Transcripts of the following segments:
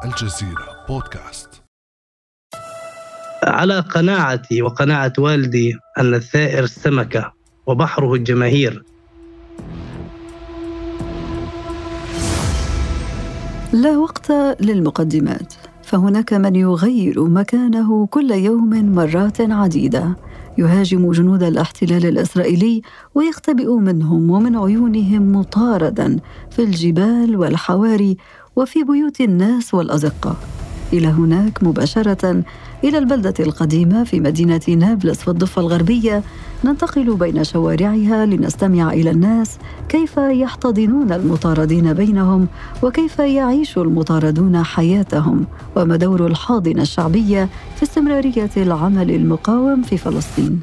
الجزيرة بودكاست. على قناعتي وقناعة والدي أن الثائر السمكة وبحره الجماهير. لا وقت للمقدمات، فهناك من يغير مكانه كل يوم مرات عديدة، يهاجم جنود الاحتلال الإسرائيلي ويختبئ منهم ومن عيونهم مطاردا في الجبال والحواري وفي بيوت الناس والأزقة، إلى هناك مباشرة إلى البلدة القديمة في مدينة نابلس في الضفة الغربية. ننتقل بين شوارعها لنستمع إلى الناس كيف يحتضنون المطاردين بينهم، وكيف يعيش المطاردون حياتهم، وما دور الحاضنة الشعبية في استمرارية العمل المقاوم في فلسطين.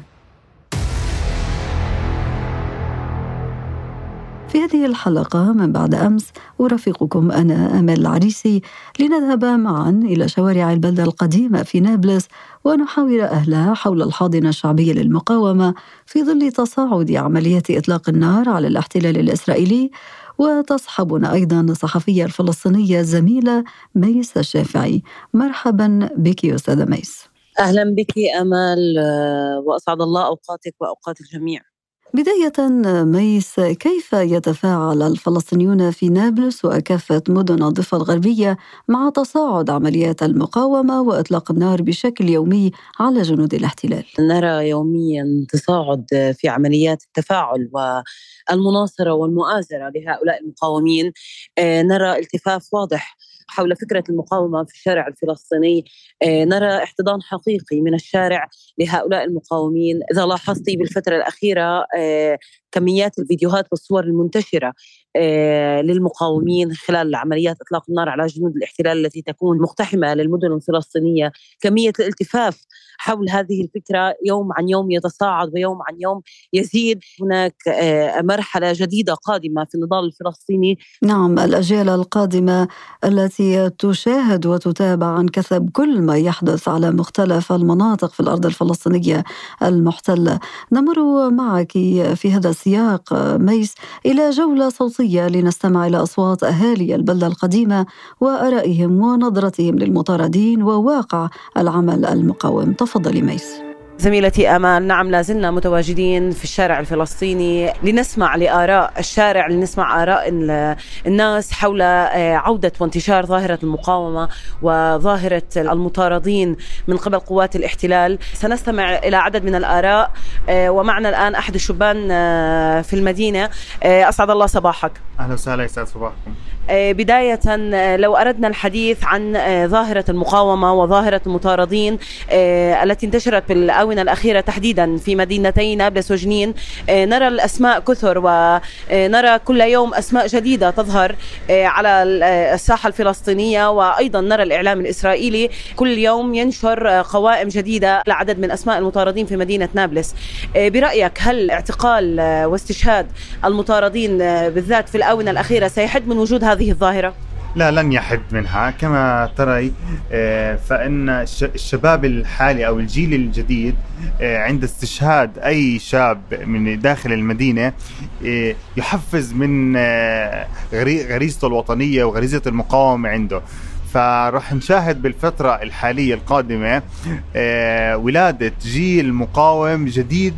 في هذه الحلقة من بعد أمس أرافقكم أنا أمل العريسي لنذهب معا إلى شوارع البلدة القديمة في نابلس ونحاور أهلها حول الحاضنة الشعبية للمقاومة في ظل تصاعد عملية إطلاق النار على الاحتلال الإسرائيلي. وتصحبنا أيضا الصحفية الفلسطينية الزميلة ميس الشافعي. مرحبا بك يا أستاذة ميس. أهلا بك أمل، وأسعد الله أوقاتك وأوقات الجميع. بداية ميس، كيف يتفاعل الفلسطينيون في نابلس وكافة مدن الضفة الغربية مع تصاعد عمليات المقاومة وإطلاق النار بشكل يومي على جنود الاحتلال؟ نرى يوميا تصاعد في عمليات التفاعل والمناصرة والمؤازرة لهؤلاء المقاومين. نرى التفاف واضح حول فكرة المقاومة في الشارع الفلسطيني. نرى احتضان حقيقي من الشارع لهؤلاء المقاومين. إذا لاحظتي بالفترة الأخيرة كميات الفيديوهات والصور المنتشرة للمقاومين خلال عمليات إطلاق النار على جنود الاحتلال التي تكون مقتحمة للمدن الفلسطينية، كمية الالتفاف حول هذه الفكرة يوم عن يوم يتصاعد ويوم عن يوم يزيد. هناك مرحلة جديدة قادمة في النضال الفلسطيني. نعم، الأجيال القادمة التي تشاهد وتتابع عن كثب كل ما يحدث على مختلف المناطق في الأرض الفلسطينية المحتلة. نمر معك في هذا السياق ميس إلى جولة صوتية لنستمع إلى أصوات أهالي البلدة القديمة وآرائهم ونظرتهم للمطاردين وواقع العمل المقاوم. تفضلي ميس. زميلتي آمال، نعم لازلنا متواجدين في الشارع الفلسطيني لنسمع لآراء الشارع، لنسمع آراء الناس حول عودة وانتشار ظاهرة المقاومة وظاهرة المطاردين من قبل قوات الاحتلال. سنستمع إلى عدد من الآراء ومعنا الآن أحد الشبان في المدينة. أسعد الله صباحك. أهلا وسهلا، يسعد صباحكم. بداية لو أردنا الحديث عن ظاهرة المقاومة وظاهرة المطاردين التي انتشرت بالآونة الأخيرة تحديدا في مدينتي نابلس وجنين، نرى الأسماء كثر ونرى كل يوم أسماء جديدة تظهر على الساحة الفلسطينية، وأيضا نرى الإعلام الإسرائيلي كل يوم ينشر قوائم جديدة لعدد من أسماء المطاردين في مدينة نابلس. برأيك هل اعتقال واستشهاد المطاردين بالذات في الآونة الأخيرة سيحد من وجود هذه الظاهرة؟ لا، لن يحد منها. كما تري فإن الشباب الحالي أو الجيل الجديد عند استشهاد أي شاب من داخل المدينة يحفز من غريزته الوطنية وغريزة المقاومة عنده. فرح نشاهد بالفترة الحالية القادمة ولادة جيل مقاوم جديد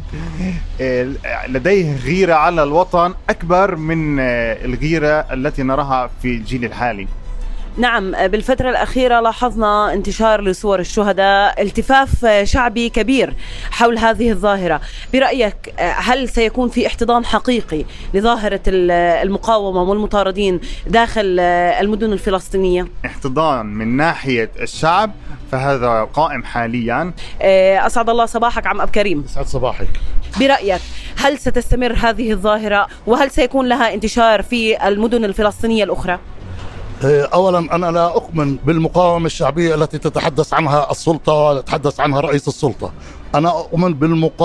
لديه غيرة على الوطن أكبر من الغيرة التي نراها في الجيل الحالي. نعم، بالفترة الأخيرة لاحظنا انتشار لصور الشهداء، التفاف شعبي كبير حول هذه الظاهرة. برأيك هل سيكون في احتضان حقيقي لظاهرة المقاومة والمطاردين داخل المدن الفلسطينية؟ احتضان من ناحية الشعب فهذا قائم حاليا. أسعد الله صباحك عم أب كريم. أسعد صباحك. برأيك هل ستستمر هذه الظاهرة وهل سيكون لها انتشار في المدن الفلسطينية الأخرى؟ أولا أنا لا أؤمن بالمقاومة الشعبية التي تتحدث عنها السلطة وتتحدث عنها رئيس السلطة. أنا أؤمن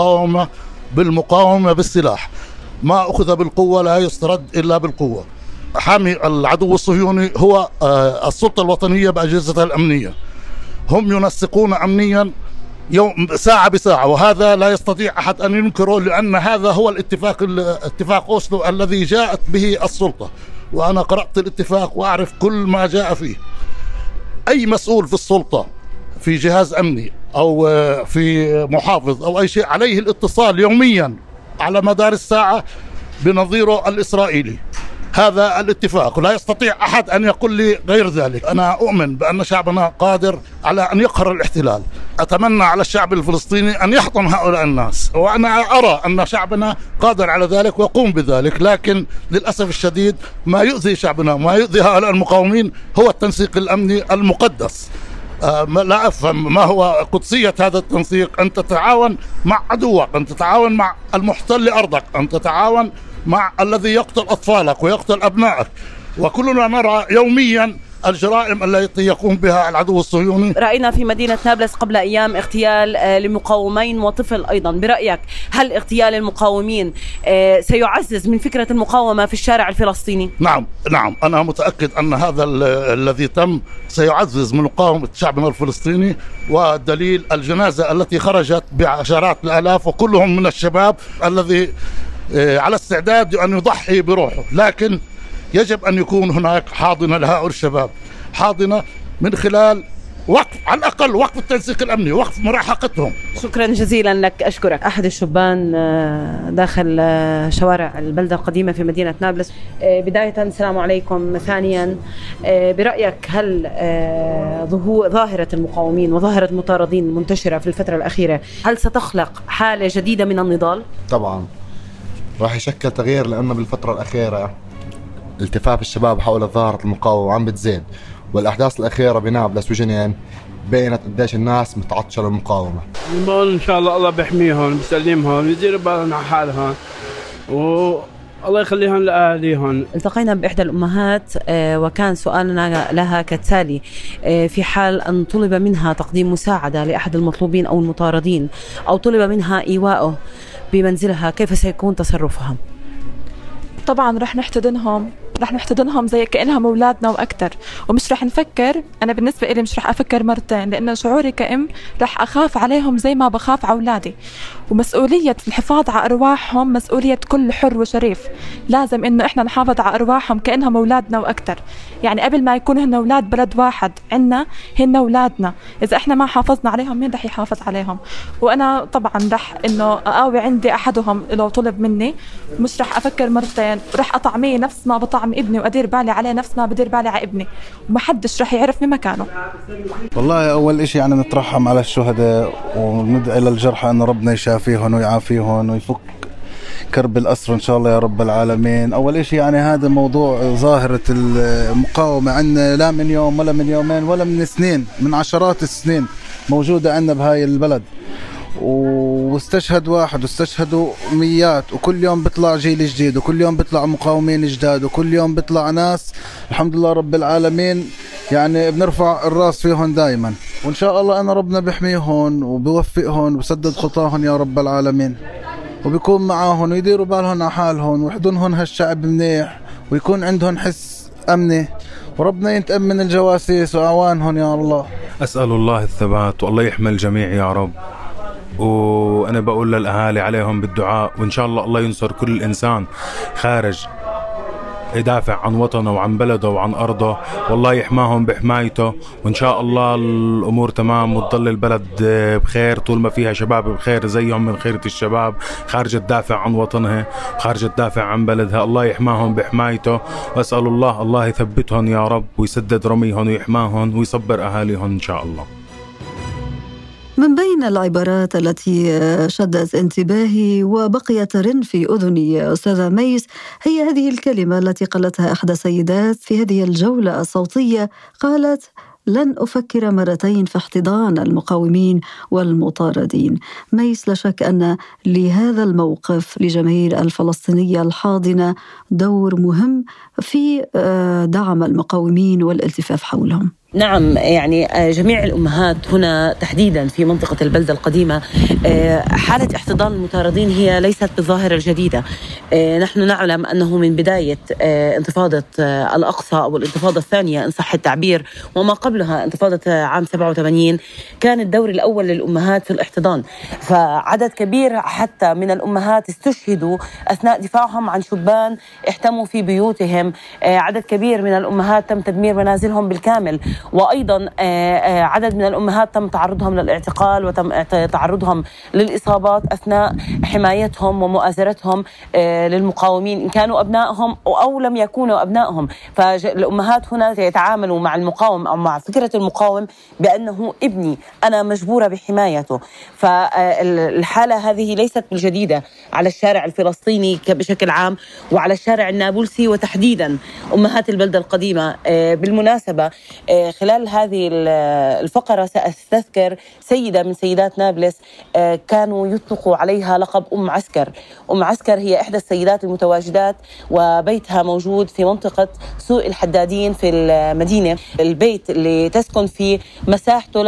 بالمقاومة بالسلاح. ما أخذ بالقوة لا يسترد إلا بالقوة. حامي العدو الصهيوني هو السلطة الوطنية بأجهزتها الأمنية. هم ينسقون أمنيا يوم ساعة بساعة، وهذا لا يستطيع أحد أن ينكره، لأن هذا هو اتفاق أوسلو الذي جاءت به السلطة، وأنا قرأت الاتفاق وأعرف كل ما جاء فيه. أي مسؤول في السلطة في جهاز أمني أو في محافظ أو أي شيء عليه الاتصال يوميا على مدار الساعة بنظيره الإسرائيلي. هذا الاتفاق، لا يستطيع أحد أن يقول لي غير ذلك. أنا أؤمن بأن شعبنا قادر على أن يقهر الاحتلال. أتمنى على الشعب الفلسطيني أن يحطم هؤلاء الناس، وأنا أرى أن شعبنا قادر على ذلك ويقوم بذلك، لكن للأسف الشديد ما يؤذي شعبنا، ما يؤذي هؤلاء المقاومين هو التنسيق الأمني المقدس. لا أفهم ما هو قدسية هذا التنسيق. أن تتعاون مع عدوك، أن تتعاون مع المحتل لأرضك، أن تتعاون مع الذي يقتل أطفالك ويقتل أبنائك، وكلنا نرى يوميا الجرائم التي يقوم بها العدو الصهيوني. رأينا في مدينة نابلس قبل أيام اغتيال لمقاومين وطفل أيضا. برأيك هل اغتيال المقاومين سيعزز من فكرة المقاومة في الشارع الفلسطيني؟ نعم أنا متأكد أن هذا الذي تم سيعزز من مقاومة شعبنا الفلسطيني، والدليل الجنازة التي خرجت بعشرات الآلاف وكلهم من الشباب الذي على استعداد أن يضحي بروحه. لكن يجب أن يكون هناك حاضنة لهؤلاء الشباب، حاضنة من خلال وقف، على الأقل وقف التنسيق الأمني، وقف مراهقتهم. شكرا جزيلا لك، أشكرك. أحد الشبان داخل شوارع البلدة القديمة في مدينة نابلس. بداية السلام عليكم. ثانيا برأيك هل ظاهرة المقاومين وظاهرة المطاردين المنتشرة في الفترة الأخيرة هل ستخلق حالة جديدة من النضال؟ طبعا راح يشكل تغيير، لأنه بالفترة الأخيرة التفاف الشباب حول ظاهرة المقاومة عم بتزيد، والأحداث الأخيرة بنابلس وجنين بينت قديش الناس متعطشة للمقاومة. بقول إن شاء الله بيحميهم بيسلمهم ويديروا بالهم على حالهم والله يخليهم لأهاليهم. التقينا بإحدى الأمهات وكان سؤالنا لها كالتالي: في حال أن طلب منها تقديم مساعدة لأحد المطلوبين أو المطاردين أو طلب منها إيواءه بمنزلها، كيف سيكون تصرفها؟ طبعا رح نحتضنهم زي كأنهم أولادنا وأكتر، ومش رح نفكر، أنا بالنسبة إلي مش رح أفكر مرتين، لأن شعوري كأم رح أخاف عليهم زي ما بخاف على أولادي. ومسؤولية الحفاظ على أرواحهم مسؤولية كل حر وشريف. لازم إنه إحنا نحافظ على أرواحهم كأنهم أولادنا وأكتر. يعني قبل ما يكون هن أولاد بلد واحد عنا، هن أولادنا. إذا إحنا ما حافظنا عليهم مين رح يحافظ عليهم؟ وأنا طبعا رح إنه أقاوي عندي أحدهم لو طلب مني، مش رح أفكر مرتين، رح أطعميه نفس ما بطعم ابني وأدير بالي عليه نفس ما بدير بالي على ابني، ومحدش رح يعرف من مكانه. والله أول إشي يعني نترحم على الشهداء وندعي للجرحى أن ربنا يشافيهم ويعافيهم ويفك كرب الأسر إن شاء الله يا رب العالمين. أول إشي يعني هذا موضوع ظاهرة المقاومة عندنا لا من يوم ولا من يومين ولا من سنين، من عشرات السنين موجودة عندنا بهاي البلد، واستشهد واحد واستشهدوا ميات، وكل يوم بيطلع جيل جديد، وكل يوم بيطلع مقاومين جداد، وكل يوم بيطلع ناس الحمد لله رب العالمين يعني بنرفع الراس فيهم دائما، وإن شاء الله أنا ربنا بيحميهم وبيوفقهم وبسدد خطاهم يا رب العالمين، وبيكون معاهم ويديروا بالهم على حالهم ويحضنهم هالشعب منيح ويكون عندهم حس أمني، وربنا ينتقم من الجواسيس وأعوانهم يا الله. أسأل الله الثبات والله يحمي الجميع يا رب، وأنا بقول للأهالي عليهم بالدعاء، وإن شاء الله الله ينصر كل إنسان خارج يدافع عن وطنه وعن بلده وعن أرضه، والله يحماهم بحمايته، وإن شاء الله الأمور تمام وتضل البلد بخير طول ما فيها شباب بخير زيهم من خيرة الشباب خارج تدافع عن وطنها وخارج تدافع عن بلدها. الله يحماهم بحمايته، وأسأل الله يثبتهم يا رب ويسدد رميهم ويحماهم ويصبر أهاليهم إن شاء الله. من بين العبارات التي شدت انتباهي وبقيت ترن في أذني أستاذة ميس هي هذه الكلمة التي قالتها إحدى السيدات في هذه الجولة الصوتية. قالت: لن أفكر مرتين في احتضان المقاومين والمطاردين. ميس، لا شك أن لهذا الموقف لجماهير الفلسطينية الحاضنة دور مهم في دعم المقاومين والالتفاف حولهم. نعم، يعني جميع الأمهات هنا تحديدا في منطقة البلدة القديمة حالة احتضان المطاردين هي ليست بالظاهرة الجديدة. نحن نعلم أنه من بداية انتفاضة الأقصى أو الانتفاضة الثانية إن صح التعبير وما قبلها انتفاضة عام 87 كان الدور الأول للأمهات في الاحتضان، فعدد كبير حتى من الأمهات استشهدوا أثناء دفاعهم عن شبان احتموا في بيوتهم. عدد كبير من الأمهات تم تدمير منازلهم بالكامل وأيضا عدد من الأمهات تم تعرضهم للاعتقال وتم تعرضهم للإصابات أثناء حمايتهم ومؤازرتهم للمقاومين إن كانوا أبنائهم أو لم يكونوا أبنائهم. فالأمهات هنا يتعاملوا مع المقاوم أو مع فكرة المقاوم بأنه ابني أنا مجبورة بحمايته. فالحالة هذه ليست بالجديدة على الشارع الفلسطيني بشكل عام وعلى الشارع النابلسي وتحديدا أمهات البلدة القديمة. بالمناسبة خلال هذه الفقرة سأستذكر سيدة من سيدات نابلس كانوا يطلقوا عليها لقب أم عسكر. أم عسكر هي إحدى السيدات المتواجدات وبيتها موجود في منطقة سوق الحدادين في المدينة. البيت اللي تسكن فيه مساحته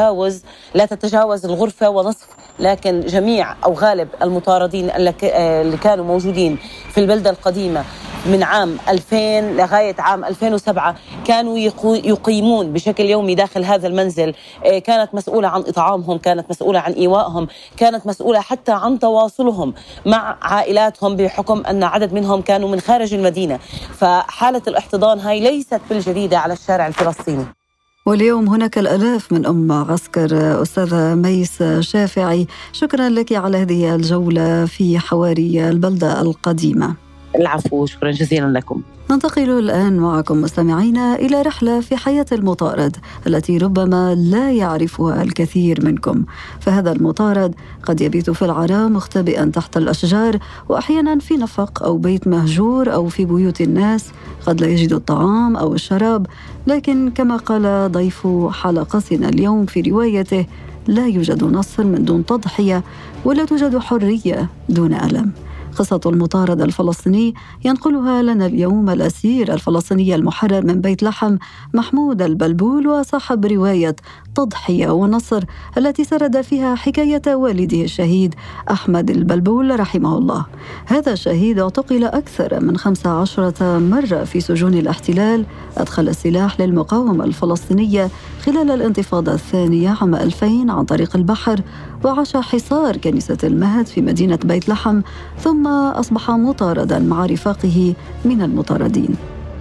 لا تتجاوز الغرفة ونصف، لكن جميع أو غالب المطاردين اللي كانوا موجودين في البلدة القديمة من عام 2000 لغاية عام 2007 كانوا يقيمون بشكل يومي داخل هذا المنزل. كانت مسؤولة عن إطعامهم، كانت مسؤولة عن إيوائهم، كانت مسؤولة حتى عن تواصلهم مع عائلاتهم بحكم أن عدد منهم كانوا من خارج المدينة. فحالة الاحتضان هاي ليست بالجديدة على الشارع الفلسطيني. واليوم هناك الآلاف من أم عسكر. أستاذة ميس شافعي، شكرا لك على هذه الجولة في حواري البلدة القديمة. العفو، شكرا جزيلا لكم. ننتقل الآن معكم مستمعينا إلى رحلة في حياة المطارد التي ربما لا يعرفها الكثير منكم. فهذا المطارد قد يبيت في العراء مختبئا تحت الأشجار، وأحيانا في نفق أو بيت مهجور أو في بيوت الناس. قد لا يجد الطعام أو الشراب، لكن كما قال ضيف حلقتنا اليوم في روايته: لا يوجد نصر من دون تضحية، ولا توجد حرية دون ألم. قصة المطارد الفلسطيني ينقلها لنا اليوم الأسير الفلسطيني المحرر من بيت لحم محمود البلبول، وصاحب رواية تضحية ونصر التي سرد فيها حكاية والده الشهيد أحمد البلبول رحمه الله. هذا الشهيد اعتقل أكثر من 15 مرة في سجون الاحتلال، أدخل السلاح للمقاومة الفلسطينية خلال الانتفاضة الثانية عام 2000 عن طريق البحر، وعاش حصار كنيسة المهد في مدينة بيت لحم، ثم أصبح مطاردا مع رفاقه من المطاردين.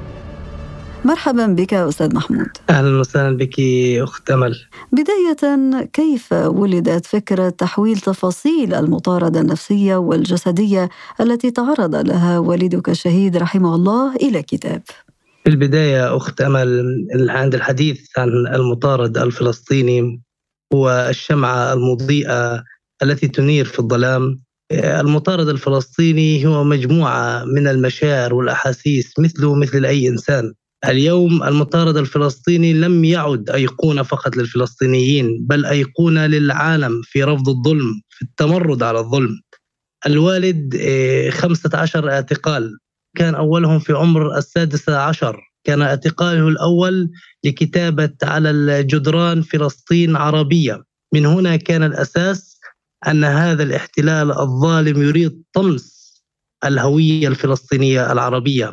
مرحبا بك أستاذ محمود. أهلا وسهلا بك أخت أمل. بداية، كيف ولدت فكرة تحويل تفاصيل المطاردة النفسية والجسدية التي تعرض لها والدك الشهيد رحمه الله إلى كتاب؟ في البداية أخت أمل، عند الحديث عن المطارد الفلسطيني هو الشمعة المضيئة التي تنير في الظلام. المطارد الفلسطيني هو مجموعة من المشاعر والأحاسيس مثله مثل أي إنسان. اليوم المطارد الفلسطيني لم يعد أيقونة فقط للفلسطينيين، بل أيقونة للعالم في رفض الظلم، في التمرد على الظلم. الوالد 15 اعتقال، كان أولهم في عمر 16. كان اعتقاله الأول لكتابة على الجدران فلسطين عربية. من هنا كان الأساس أن هذا الاحتلال الظالم يريد طمس الهوية الفلسطينية العربية.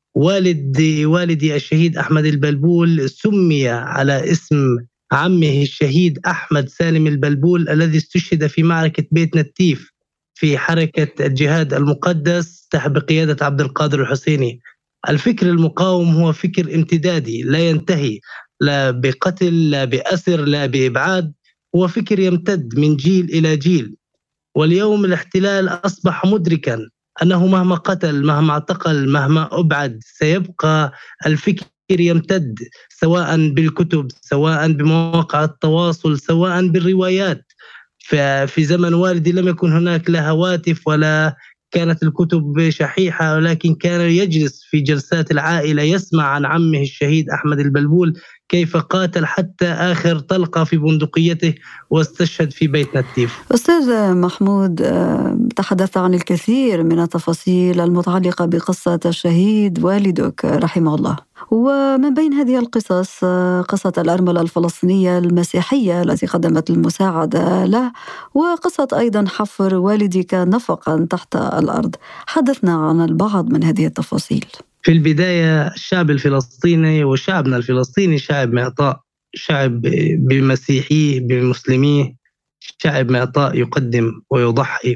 والدي الشهيد أحمد البلبول سمي على اسم عمه الشهيد أحمد سالم البلبول الذي استشهد في معركة بيت نتيف في حركة الجهاد المقدس تحت بقيادة عبد القادر الحسيني. الفكر المقاوم هو فكر امتدادي لا ينتهي، لا بقتل لا بأسر لا بإبعاد، هو فكر يمتد من جيل إلى جيل. واليوم الاحتلال أصبح مدركا أنه مهما قتل مهما اعتقل مهما أبعد سيبقى الفكر يمتد، سواء بالكتب سواء بمواقع التواصل سواء بالروايات. ففي زمن والدي لم يكن هناك لا هواتف ولا كانت الكتب شحيحة، ولكن كان يجلس في جلسات العائلة يسمع عن عمه الشهيد أحمد البلبول كيف قاتل حتى آخر طلقة في بندقيته واستشهد في بيت نتيف. أستاذ محمود، تحدث عن الكثير من التفاصيل المتعلقة بقصة الشهيد والدك رحمه الله، ومن بين هذه القصص قصة الأرملة الفلسطينية المسيحية التي قدمت المساعدة له، وقصة أيضا حفر والدك نفقا تحت الأرض. حدثنا عن البعض من هذه التفاصيل. في البداية الشعب الفلسطيني وشعبنا الفلسطيني شعب معطاء، شعب بمسيحيه بمسلميه، شعب معطاء يقدم ويضحي.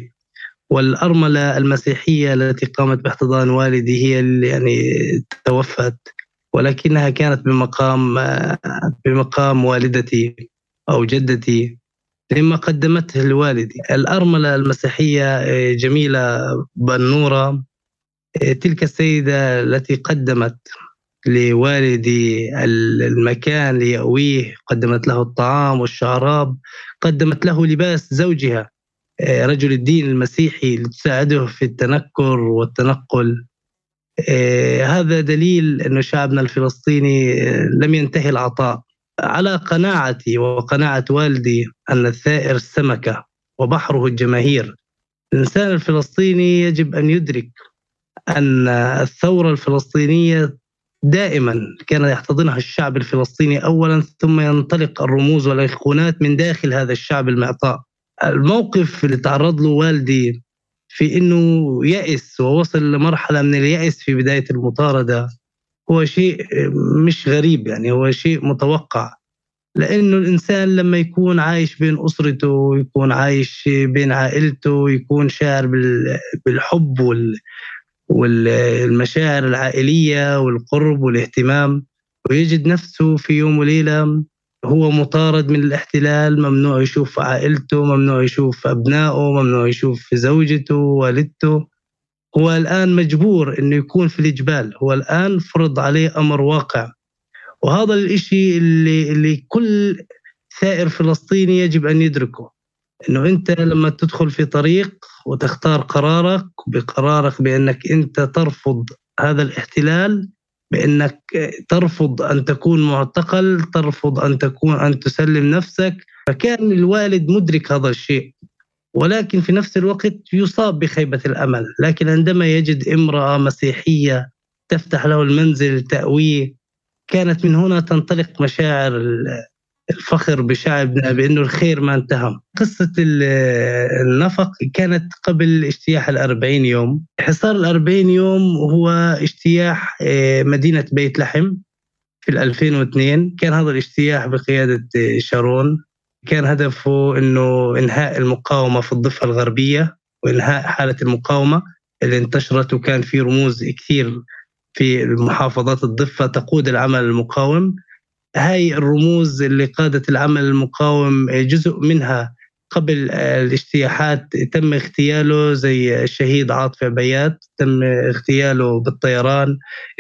والأرملة المسيحية التي قامت باحتضان والدي هي اللي توفت ولكنها كانت بمقام والدتي أو جدتي لما قدمته لوالدي. الأرملة المسيحية جميلة بنورة، تلك السيدة التي قدمت لوالدي المكان ليأويه، قدمت له الطعام والشراب، قدمت له لباس زوجها رجل الدين المسيحي لتساعده في التنكر والتنقل. هذا دليل أن شعبنا الفلسطيني لم ينتهي العطاء. على قناعتي وقناعة والدي أن الثائر السمكة وبحره الجماهير. الإنسان الفلسطيني يجب أن يدرك أن الثورة الفلسطينية دائما كان يحتضنها الشعب الفلسطيني أولا، ثم ينطلق الرموز والأيقونات من داخل هذا الشعب المعطاء. الموقف اللي تعرض له والدي في أنه يأس ووصل لمرحلة من اليأس في بداية المطاردة هو شيء مش غريب، يعني هو شيء متوقع، لأنه الإنسان لما يكون عايش بين أسرته ويكون عايش بين عائلته ويكون شاعر بالحب والمشاعر العائلية والقرب والاهتمام، ويجد نفسه في يوم وليلة هو مطارد من الاحتلال، ممنوع يشوف عائلته، ممنوع يشوف أبنائه، ممنوع يشوف زوجته ووالدته. هو الآن مجبور أنه يكون في الجبال، هو الآن فرض عليه أمر واقع. وهذا الإشي اللي كل ثائر فلسطيني يجب أن يدركه، أنه أنت لما تدخل في طريق وتختار قرارك بقرارك بأنك أنت ترفض هذا الاحتلال، بأنك ترفض أن تكون معتقل، ترفض أن تسلم نفسك. فكان الوالد مدرك هذا الشيء، ولكن في نفس الوقت يصاب بخيبة الأمل. لكن عندما يجد امرأة مسيحية تفتح له المنزل تأويه، كانت من هنا تنطلق مشاعر الفخر بشعبنا بأنه الخير ما انتهى. قصة النفق كانت قبل اجتياح 40 يوم. حصار 40 يوم هو اجتياح مدينة بيت لحم في 2002. كان هذا الاجتياح بقيادة شارون، كان هدفه أنه إنهاء المقاومة في الضفة الغربية وإنهاء حالة المقاومة اللي انتشرت، وكان في رموز كثير في محافظات الضفة تقود العمل المقاوم. هاي الرموز اللي قادت العمل المقاوم جزء منها قبل الاجتياحات تم اغتياله، زي الشهيد عاطف عبيات تم اغتياله بالطيران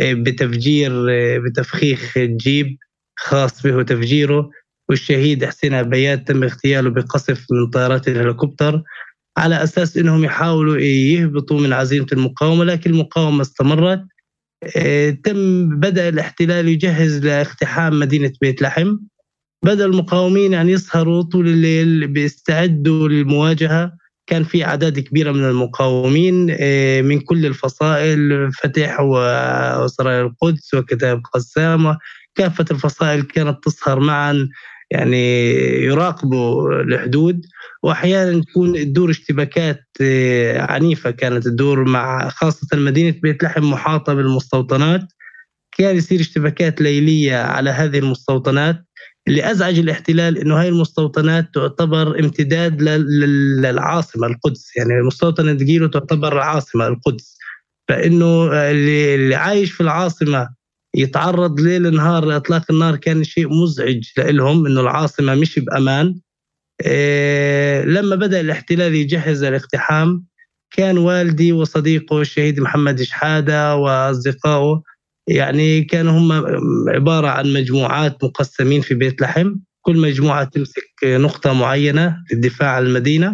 بتفخيخ جيب خاص به تفجيره، والشهيد حسين عبيات تم اغتياله بقصف من طائرات الهليكوبتر على أساس أنهم يحاولوا يهبطوا من عزيمة المقاومة، لكن المقاومة استمرت. بدأ الاحتلال يجهز لاقتحام مدينة بيت لحم. بدأ المقاومين يعني يسهروا طول الليل بيستعدوا للمواجهة. كان في أعداد كبيرة من المقاومين من كل الفصائل، فتح وسرايا القدس وكتائب قسام، كافة الفصائل كانت تسهر معا، يعني يراقبوا الحدود. وأحيانا تكون تدور اشتباكات عنيفة، كانت تدور مع خاصة مدينة بيت لحم محاطة بالمستوطنات، كان يصير اشتباكات ليلية على هذه المستوطنات. اللي أزعج الاحتلال إنه هاي المستوطنات تعتبر امتداد للعاصمة القدس، يعني المستوطنة دقيلو تعتبر العاصمة القدس، فإنه اللي عايش في العاصمة يتعرض ليل نهار لإطلاق النار كان شيء مزعج لهم، إنه العاصمة مش بأمان. لما بدأ الاحتلال يجهز الاقتحام، كان والدي وصديقه الشهيد محمد شحادة وأصدقائه يعني كانوا هم عبارة عن مجموعات مقسمين في بيت لحم، كل مجموعة تمسك نقطة معينة للدفاع عن المدينة.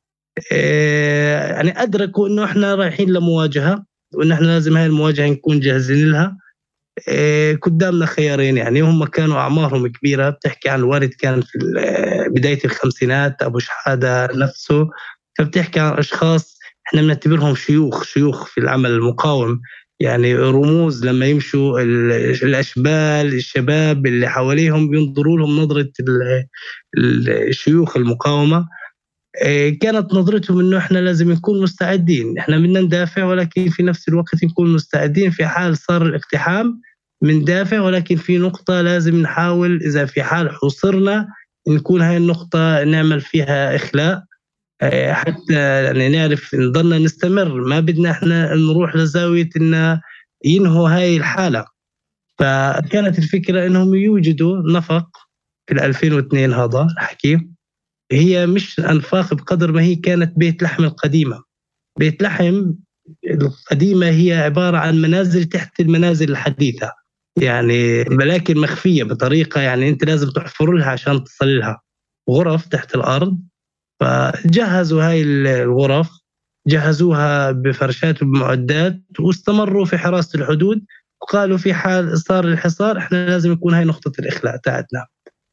يعني أدركوا إنه إحنا رايحين لمواجهة، وإن إحنا لازم هاي المواجهة نكون جاهزين لها. قدامنا خيارين، يعني هم كانوا أعمارهم كبيرة، بتحكي عن الوالد كان في بداية الخمسينات، أبو شحادة نفسه، فبتحكي عن أشخاص إحنا بنعتبرهم شيوخ في العمل المقاوم، يعني رموز لما يمشوا الأشبال الشباب اللي حواليهم بينظروا لهم نظرة الشيوخ المقاومة. كانت نظرتهم إنه إحنا لازم نكون مستعدين، إحنا بدنا ندافع ولكن في نفس الوقت نكون مستعدين في حال صار الاقتحام من دافع، ولكن في نقطة لازم نحاول إذا في حال حصرنا نكون هاي النقطة نعمل فيها إخلاء حتى يعني نعرف نضلنا نستمر، ما بدنا إحنا نروح لزاوية إن ينهوا هاي الحالة. فكانت الفكرة أنهم يوجدوا نفق في 2002 هذا الحكي، هي مش أنفاق بقدر ما هي كانت بيت لحم القديمة. بيت لحم القديمة هي عبارة عن منازل تحت المنازل الحديثة، يعني ولكن مخفية بطريقة يعني أنت لازم تحفر لها عشان تصل لها، غرف تحت الأرض. فجهزوا هاي الغرف، جهزوها بفرشات وبمعدات، واستمروا في حراسة الحدود، وقالوا في حال صار الحصار احنا لازم يكون هاي نقطة الإخلاء تاعتنا.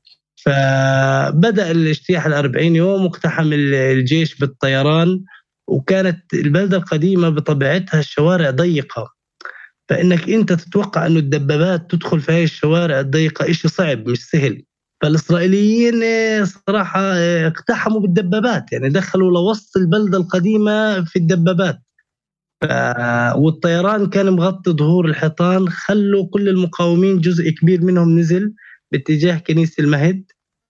فبدأ الاجتياح 40 يوم، واقتحم الجيش بالطيران، وكانت البلدة القديمة بطبيعتها الشوارع ضيقة، فإنك أنت تتوقع أنه الدبابات تدخل في هاي الشوارع الضيقة إشي صعب مش سهل. فالإسرائيليين صراحة اقتحموا بالدبابات، يعني دخلوا لوسط البلدة القديمة في الدبابات، والطيران كان مغطي ظهور الحيطان، خلوا كل المقاومين جزء كبير منهم نزل باتجاه كنيسة المهد،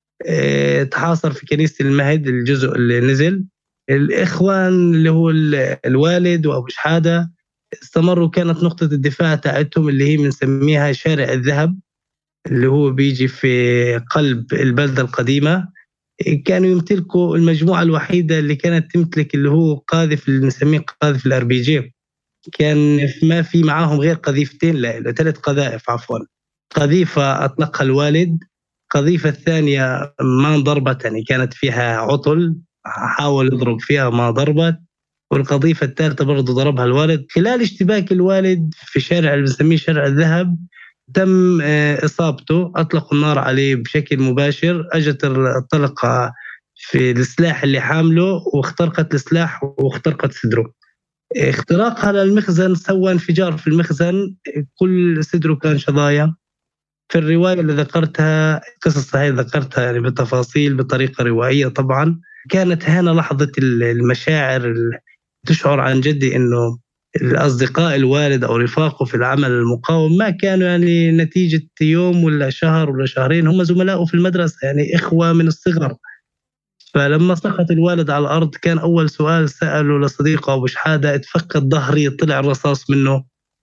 تحاصر في كنيسة المهد الجزء اللي نزل. الإخوان اللي هو الوالد وأبو شحادة استمروا، كانت نقطة الدفاع تاعتهم اللي هي بنسميها شارع الذهب، اللي هو بيجي في قلب البلدة القديمة. كانوا يمتلكوا المجموعة الوحيدة اللي كانت تمتلك اللي هو قاذف اللي نسميه قاذف الRPG، كان ما في معاهم غير قذيفتين، لا 3 قذائف عفوا. قذيفة أطلقها الوالد، قذيفة الثانية ما ضربت، يعني كانت فيها عطل، حاول يضرب فيها ما ضربت، والقذيفة الثالثة برضو ضربها الوالد. خلال اشتباك الوالد في شارع اللي بنسميه شارع الذهب تم إصابته، أطلقوا النار عليه بشكل مباشر، أجت الطلقة في السلاح اللي حامله واخترقت السلاح واخترقت صدره. اختراقها للمخزن سوى انفجار في المخزن، كل صدره كان شظايا. في الرواية اللي ذكرتها، قصص هاي ذكرتها يعني بالتفاصيل بطريقة روائية طبعا. كانت هنا لحظة المشاعر، تشعر عن جد إنه الأصدقاء الوالد أو رفاقه في العمل المقاوم ما كانوا يعني نتيجة يوم ولا شهر ولا شهرين، هم زملائه في المدرسة، يعني إخوة من الصغر. فلما سقط الوالد على الأرض كان أول سؤال سأله لصديقه أبو شحادة، اتفقد ظهري طلع الرصاص منه.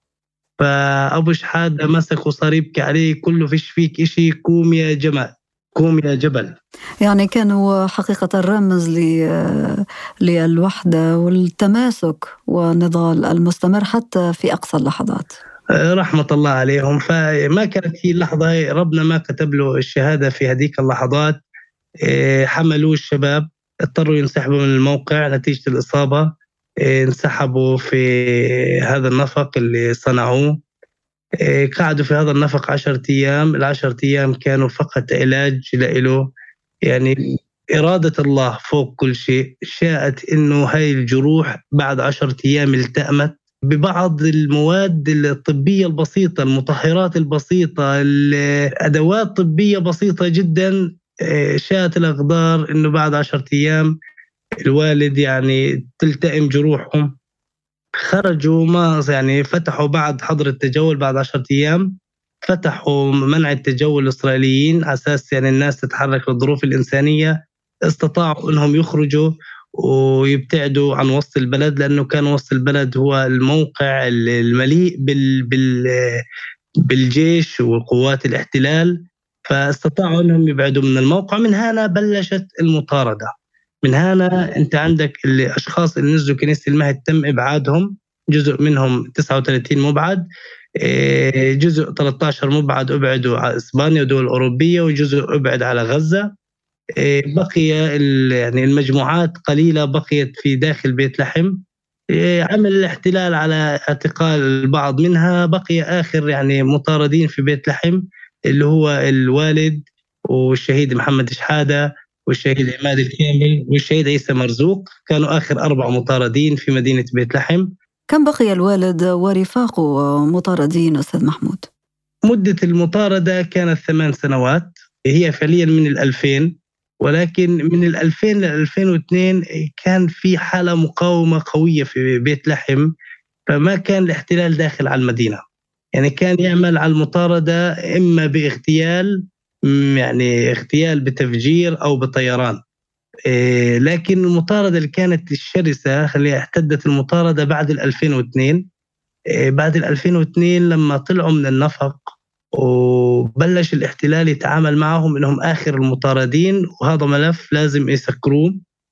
فأبو شحادة مسك وصار يبكي عليه، كله فيش فيك إشي، قوم يا جمال، قوم يا جبل. يعني كانوا حقيقة الرمز للوحدة والتماسك والنضال المستمر حتى في أقصى اللحظات. رحمة الله عليهم. فما كانت هي اللحظة، ربنا ما كتب له الشهادة في هذيك اللحظات. حملوا الشباب، اضطروا ينسحبوا من الموقع نتيجة الإصابة، انسحبوا في هذا النفق اللي صنعوه، قعدوا في هذا النفق 10 أيام. ال10 أيام كانوا فقط علاج له، يعني إرادة الله فوق كل شيء شاءت إنه هاي الجروح بعد 10 أيام التأمت ببعض المواد الطبية البسيطة، المطهرات البسيطة، الأدوات طبية بسيطة جدا. شاءت الأقدار إنه بعد 10 أيام الوالد يعني تلتئم جروحهم. خرجوا، ما يعني فتحوا بعد حظر التجول بعد 10 أيام، فتحوا منع التجول الإسرائيليين على أساس يعني الناس تتحرك للظروف الإنسانية. استطاعوا إنهم يخرجوا ويبتعدوا عن وسط البلد، لأنه كان وسط البلد هو الموقع المليء بالجيش وقوات الاحتلال، فاستطاعوا إنهم يبعدوا من الموقع. من هنا بلشت المطاردة. من هنا أنت عندك الأشخاص اللي نزلوا كنيسة المهد تم إبعادهم، جزء منهم 39 مبعد، جزء 13 مبعد أبعدوا على إسبانيا ودول أوروبية، وجزء أبعد على غزة. بقي يعني المجموعات قليلة بقيت في داخل بيت لحم. عمل الاحتلال على اعتقال البعض منها. بقي آخر يعني مطاردين في بيت لحم اللي هو الوالد والشهيد محمد شحادة والشهيد عماد الكامل والشهيد عيسى مرزوق، كانوا آخر 4 مطاردين في مدينة بيت لحم. كم بقي الوالد ورفاقه مطاردين أستاذ محمود؟ مدة المطاردة كانت 8 سنوات، هي فعليا من 2000، ولكن من 2000 ل 2002 كان في حالة مقاومة قوية في بيت لحم، فما كان الاحتلال داخل على المدينة. يعني كان يعمل على المطاردة إما باغتيال، يعني اغتيال بتفجير أو بطيران. لكن المطاردة اللي كانت الشرسة اللي احتدت المطاردة بعد 2002. بعد 2002 لما طلعوا من النفق وبلش الاحتلال يتعامل معهم إنهم آخر المطاردين، وهذا ملف لازم يسكروه.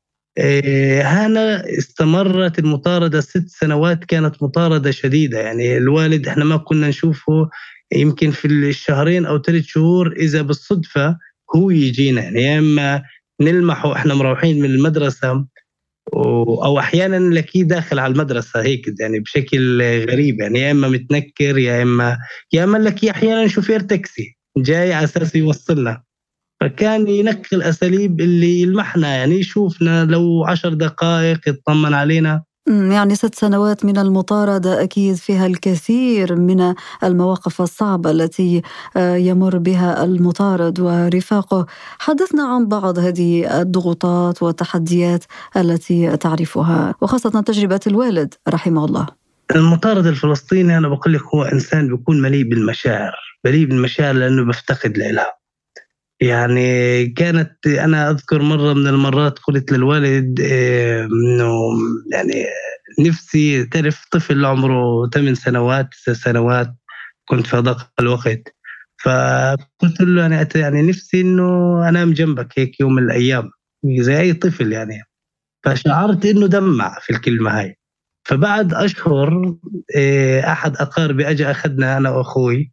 هنا استمرت المطاردة 6 سنوات، كانت مطاردة شديدة. يعني الوالد إحنا ما كنا نشوفه يمكن في الشهرين أو 3 شهور، إذا بالصدفة هو يجينا. يعني يا إما نلمحه إحنا مروحين من المدرسة، أو أحياناً لكي داخل على المدرسة هيك يعني بشكل غريب، يعني يا إما متنكر يا إما لكي أحياناً شوفير تاكسي جاي على أساس يوصلنا. فكان ينقل أساليب اللي يلمحنا، يعني يشوفنا لو 10 دقائق يطمن علينا. يعني 6 سنوات من المطاردة أكيد فيها الكثير من المواقف الصعبة التي يمر بها المطارد ورفاقه. حدثنا عن بعض هذه الضغوطات والتحديات التي تعرفها، وخاصة تجربة الوالد رحمه الله. المطارد الفلسطيني أنا بقول لك هو إنسان بيكون مليء بالمشاعر لأنه بفتقد لها. يعني كانت أنا أذكر مرة من المرات قلت للوالد إنه يعني نفسي تعرف طفل عمره 8 سنوات 9 سنوات كنت في هذاك الوقت، فقلت له يعني نفسي إنه أنام جنبك هيك يوم من الأيام زي أي طفل يعني. فشعرت إنه دمع في الكلمة هاي. فبعد أشهر أحد أقاربي أجا أخذنا أنا وأخوي،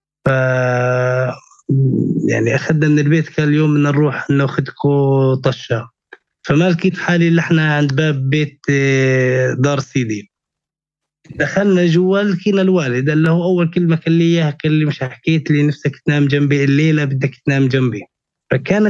يعني أخذنا من البيت، كان اليوم بدنا نروح ناخذكو طشة. فما لقيت حالي اللي احنا عند باب بيت دار سيدي. دخلنا جوا لقينا الوالد اللي هو أول كلمة قال لي إياها، قال لي مش حكيت لي نفسك تنام جنبي الليلة، بدك تنام جنبي. فكانت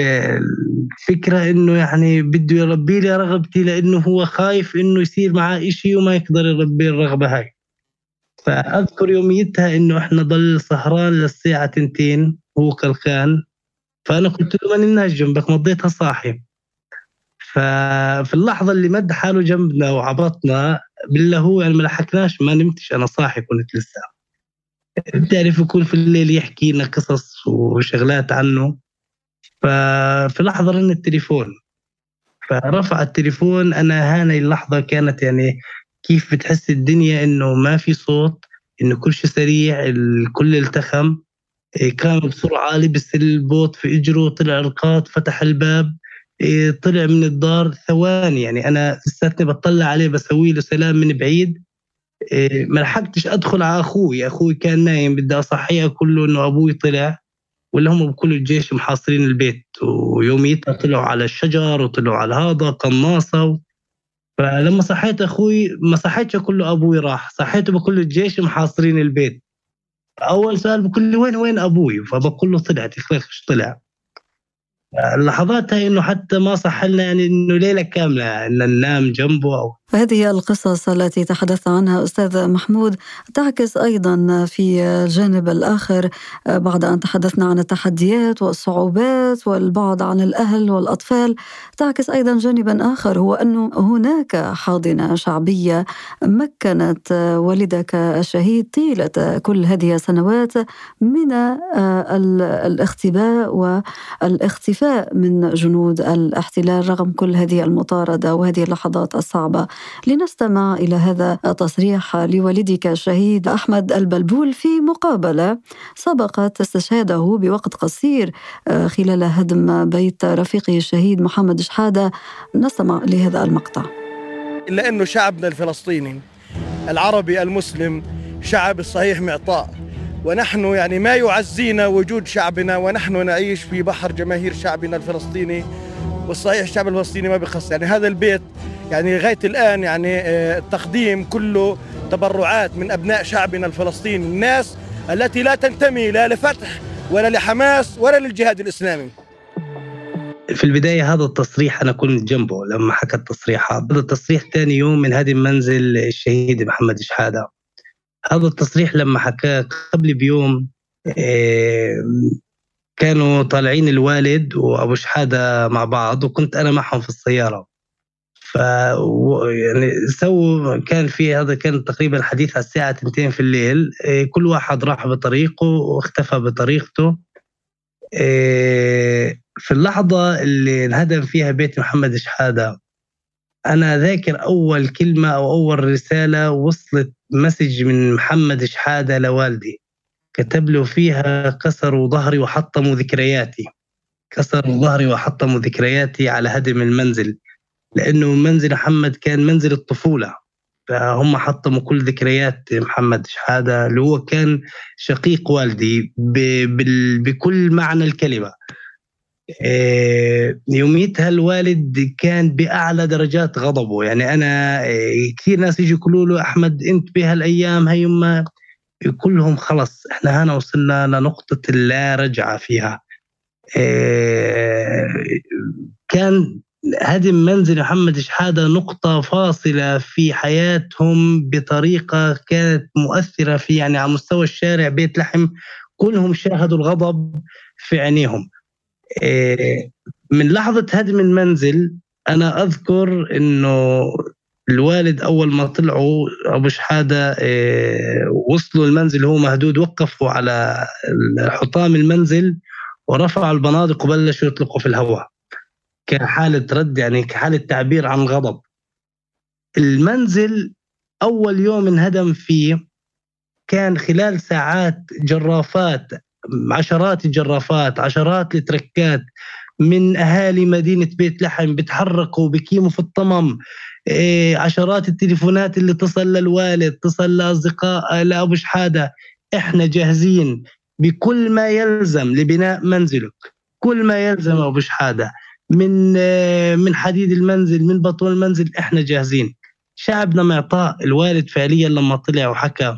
الفكرة إنه يعني بده يربي لي رغبتي، لأنه هو خايف إنه يصير معاه إشي وما يقدر يربي الرغبة هاي. فأذكر يوميتها إنه إحنا ضل سهران للساعة 2 هو كالكان. فأنا قلت له ما نمناش جنبك، مضيتها صاحي. ففي اللحظة اللي مد حاله جنبنا وعبطنا بالله هو يعني ما لحقناش، ما نمتش أنا صاحي كنت لسه. بتعرف يكون في الليل يحكي لنا قصص وشغلات عنه. ففي لحظة رن التليفون، فرفع التليفون. أنا هاني اللحظة كانت يعني كيف بتحس الدنيا إنه ما في صوت، إنه كل شيء سريع، الكل التخم. كان بسرعة لبس البوط في إجره، طلع ركض، فتح الباب، طلع من الدار ثواني. يعني أنا لساتني بطلع عليه بسوي له سلام من بعيد. ما لحقتش أدخل على أخوي كان نايم، بدي أصحيه كله إنه أبوي طلع، ولا هم بكل الجيش محاصرين البيت. ويوميتها طلعوا على الشجر وطلعوا على هذا قناصة. فلما صحيت أخوي ما صحيتش كله أبوي راح، صحيته بكل الجيش محاصرين البيت. أول سؤال بقول لي وين أبوي؟ فبقول له طلعت. إيش طلع؟ اللحظات هاي إنه حتى ما صح لنا يعني إنه ليلة كاملة إن ننام جنبه أو. هذه القصص التي تحدث عنها أستاذ محمود تعكس أيضا في الجانب الآخر، بعد أن تحدثنا عن التحديات والصعوبات والبعد عن الأهل والأطفال، تعكس أيضا جانبا آخر، هو أنه هناك حاضنة شعبية مكنت والدك الشهيد طيلة كل هذه السنوات من الاختباء والاختفاء من جنود الاحتلال رغم كل هذه المطاردة وهذه اللحظات الصعبة. لنستمع إلى هذا التصريح لوالدك الشهيد أحمد البلبول في مقابلة سبقت استشهاده بوقت قصير خلال هدم بيت رفيقه الشهيد محمد شحادة. نستمع لهذا المقطع. إلا أنه شعبنا الفلسطيني العربي المسلم شعب الصحيح معطاء، ونحن يعني ما يعزينا وجود شعبنا، ونحن نعيش في بحر جماهير شعبنا الفلسطيني. والصحيح الشعب الفلسطيني ما بخص يعني هذا البيت يعني لغاية الآن يعني التقديم كله تبرعات من أبناء شعبنا الفلسطيني، الناس التي لا تنتمي لا لفتح ولا لحماس ولا للجهاد الإسلامي. في البداية هذا التصريح أنا كنت جنبه لما حكى التصريح. هذا التصريح ثاني يوم من هدم منزل الشهيد محمد شحادة. هذا التصريح لما حكاه قبل بيوم كانوا طالعين الوالد وأبو شحادة مع بعض، وكنت أنا معهم في السيارة. يعني كان في هذا كان تقريبا حديث على الساعة 2 في الليل. كل واحد راح بطريقه واختفى بطريقته. في اللحظة اللي انهدم فيها بيت محمد شحادة، أنا ذاكر أول كلمة أو أول رسالة وصلت مسج من محمد شحادة لوالدي. كتب له فيها: كسروا ظهري وحطموا ذكرياتي، كسروا ظهري وحطموا ذكرياتي على هدم المنزل، لأنه منزل محمد كان منزل الطفولة، فهم حطموا كل ذكريات محمد شحادة اللي هو كان شقيق والدي بكل معنى الكلمة. يوميتها الوالد كان بأعلى درجات غضبه. يعني أنا كثير ناس يجي يقولوا له: أحمد أنت بهالأيام هاي يما، كلهم خلص إحنا هنا وصلنا لنقطة لا رجعة فيها. كان هدم منزل محمد شحادة نقطة فاصلة في حياتهم بطريقة كانت مؤثرة في، يعني على مستوى الشارع بيت لحم كلهم شاهدوا الغضب في عينيهم. من لحظة هدم المنزل أنا أذكر إنه الوالد أول ما طلعوا أبو شحادة وصلوا المنزل هو مهدود، وقفوا على حطام المنزل ورفعوا البنادق وبلشوا يطلقوا في الهواء كحالة رد، يعني كحالة تعبير عن غضب. المنزل أول يوم انهدم فيه كان خلال ساعات جرافات، عشرات الجرافات، عشرات التركات من أهالي مدينة بيت لحم بتحركوا بكيموا في الطمم. عشرات التليفونات اللي تصل للوالد، تصل لأصدقاء لأبو شحادة: إحنا جاهزين بكل ما يلزم لبناء منزلك، كل ما يلزم أبو شحادة من حديد المنزل، من بطول المنزل، إحنا جاهزين. شعبنا معطاء. الوالد فعليا لما طلع وحكى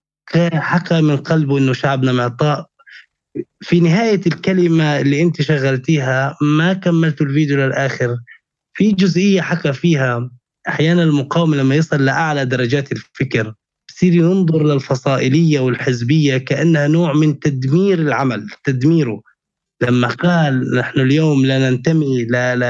من قلبه إنه شعبنا معطاء. في نهاية الكلمة اللي أنت شغلتيها، ما كملت الفيديو للآخر، في جزئية حكى فيها: أحيانا المقاومة لما يصل لأعلى درجات الفكر بصير ينظر للفصائلية والحزبية كأنها نوع من تدمير العمل، تدميره. لما قال: نحن اليوم لا ننتمي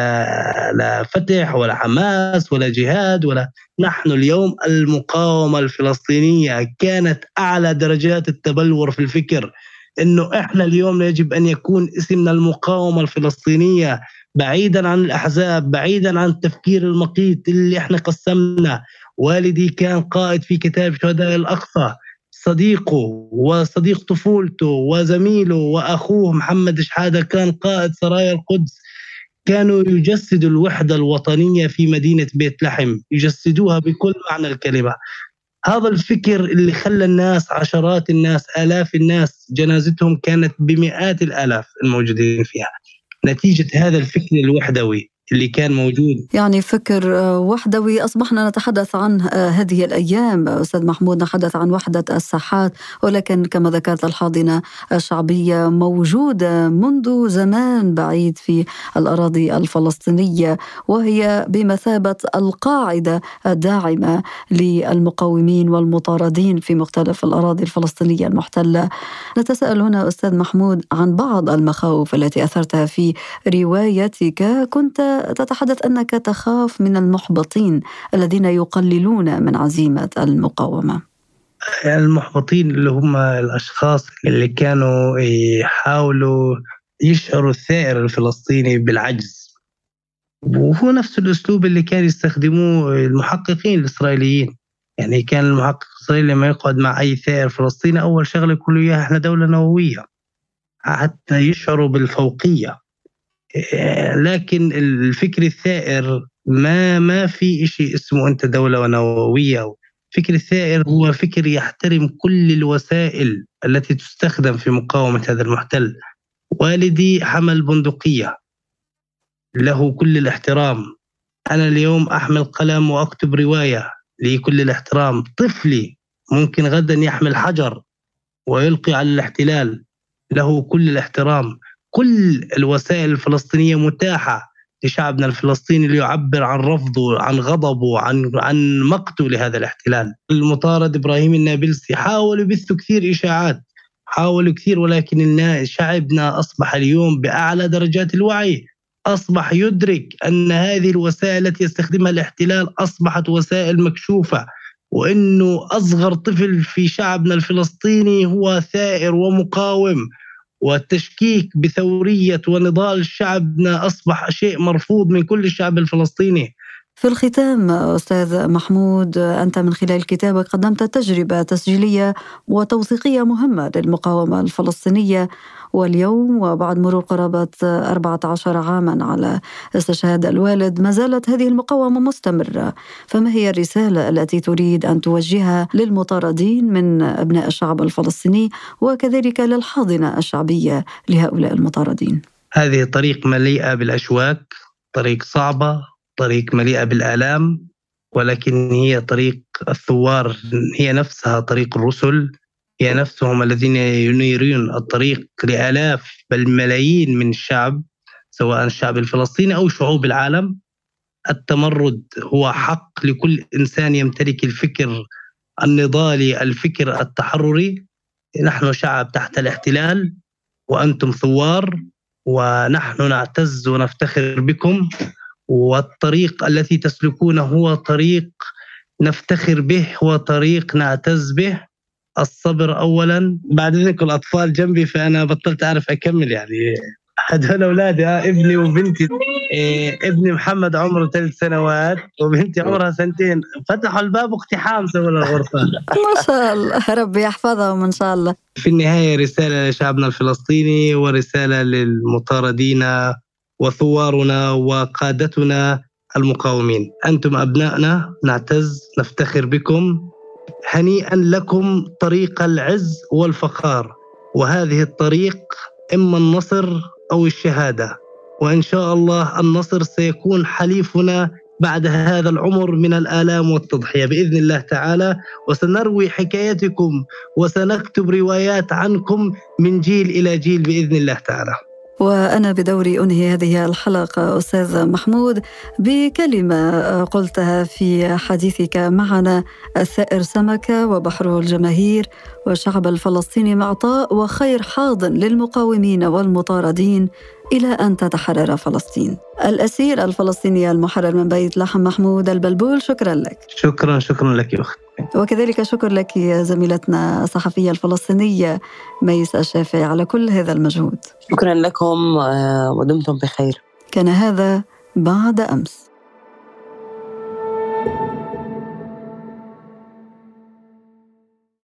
لا فتح ولا حماس ولا جهاد ولا، نحن اليوم المقاومة الفلسطينية. كانت أعلى درجات التبلور في الفكر، إنه إحنا اليوم يجب أن يكون اسمنا المقاومة الفلسطينية، بعيدا عن الأحزاب، بعيدا عن التفكير المقيت اللي إحنا قسمنا. والدي كان قائد في كتاب شهداء الأقصى، صديقه وصديق طفولته وزميله وأخوه محمد شحادة كان قائد سرايا القدس. كانوا يجسدوا الوحدة الوطنية في مدينة بيت لحم، يجسدوها بكل معنى الكلمة. هذا الفكر اللي خلى الناس، عشرات الناس، آلاف الناس جنازتهم كانت بمئات الآلاف الموجودين فيها، نتيجة هذا الفكر الوحدوي اللي كان موجود. يعني فكر وحدوي أصبحنا نتحدث عن هذه الأيام. أستاذ محمود، نتحدث عن وحدة الساحات، ولكن كما ذكرت الحاضنة الشعبية موجودة منذ زمان بعيد في الأراضي الفلسطينية، وهي بمثابة القاعدة الداعمة للمقاومين والمطاردين في مختلف الأراضي الفلسطينية المحتلة. نتساءل هنا أستاذ محمود عن بعض المخاوف التي أثرتها في روايتك. كنت تتحدث أنك تخاف من المحبطين الذين يقللون من عزيمة المقاومة. المحبطين اللي هم الأشخاص اللي كانوا يحاولوا يشعروا الثائر الفلسطيني بالعجز، وهو نفس الأسلوب اللي كان يستخدموه المحققين الإسرائيليين. يعني كان المحقق الإسرائيلي لما يقعد مع أي ثائر فلسطيني أول شغلة يقولوا إياها: إحنا دولة نووية، حتى يشعروا بالفوقية. لكن الفكر الثائر ما في إشي اسمه أنت دولة ونووية. فكر الثائر هو فكر يحترم كل الوسائل التي تستخدم في مقاومة هذا المحتل. والدي حمل بندقية، له كل الاحترام. أنا اليوم أحمل قلم وأكتب رواية، لي كل الاحترام. طفلي ممكن غدا يحمل حجر ويلقي على الاحتلال، له كل الاحترام. كل الوسائل الفلسطينية متاحة لشعبنا الفلسطيني ليعبر عن رفضه، عن غضبه، عن مقته لهذا الاحتلال. المطارد إبراهيم النابلسي حاولوا يبثوا كثير إشاعات، حاولوا كثير، ولكن شعبنا أصبح اليوم بأعلى درجات الوعي، أصبح يدرك أن هذه الوسائل التي يستخدمها الاحتلال أصبحت وسائل مكشوفة، وأنه أصغر طفل في شعبنا الفلسطيني هو ثائر ومقاوم، والتشكيك بثورية ونضال شعبنا أصبح شيء مرفوض من كل الشعب الفلسطيني. في الختام أستاذ محمود، أنت من خلال كتابك قدمت تجربة تسجيلية وتوثيقية مهمة للمقاومة الفلسطينية، واليوم وبعد مرور قرابة 14 عاما على استشهاد الوالد ما زالت هذه المقاومة مستمرة، فما هي الرسالة التي تريد أن توجهها للمطاردين من أبناء الشعب الفلسطيني وكذلك للحاضنة الشعبية لهؤلاء المطاردين؟ هذه طريق مليئة بالأشواك، طريق صعبة، طريق مليئة بالآلام، ولكن هي طريق الثوار، هي نفسها طريق الرسل، هي نفسهم الذين ينيرون الطريق لآلاف بل ملايين من الشعب، سواء الشعب الفلسطيني أو شعوب العالم. التمرد هو حق لكل إنسان يمتلك الفكر النضالي، الفكر التحرري. نحن شعب تحت الاحتلال وأنتم ثوار، ونحن نعتز ونفتخر بكم، والطريق الذي تسلكونه هو طريق نفتخر به، هو طريق نعتز به. الصبر أولا. بعد ذلك الأطفال جنبي فأنا بطلت أعرف أكمل، يعني هذول أولادي ابني وبنتي. ابني محمد عمره 3 سنوات وبنتي عمرها 2 فتحوا الباب واقتحام سووا الغرفة. ما شاء الله، ربي يحفظهم إن شاء الله. في النهاية رسالة لشعبنا الفلسطيني ورسالة للمطاردين وثوارنا وقادتنا المقاومين. أنتم أبنائنا، نعتز نفتخر بكم، هنيئا لكم طريق العز والفخار، وهذه الطريق إما النصر أو الشهادة، وإن شاء الله النصر سيكون حليفنا بعد هذا العمر من الآلام والتضحية بإذن الله تعالى. وسنروي حكايتكم وسنكتب روايات عنكم من جيل إلى جيل بإذن الله تعالى. وأنا بدوري أنهي هذه الحلقة أستاذ محمود بكلمة قلتها في حديثك معنا: الثائر سمكة وبحره الجماهير، والشعب الفلسطيني معطاء وخير حاضن للمقاومين والمطاردين إلى أن تتحرر فلسطين. الأسير الفلسطيني المحرر من بيت لحم محمود البلبول، شكرا لك. شكرا لك يا أخت. وكذلك شكر لك يا زميلتنا الصحفية الفلسطينية ميس الشافعي على كل هذا المجهود. شكرا لكم ودمتم بخير. كان هذا بعد أمس.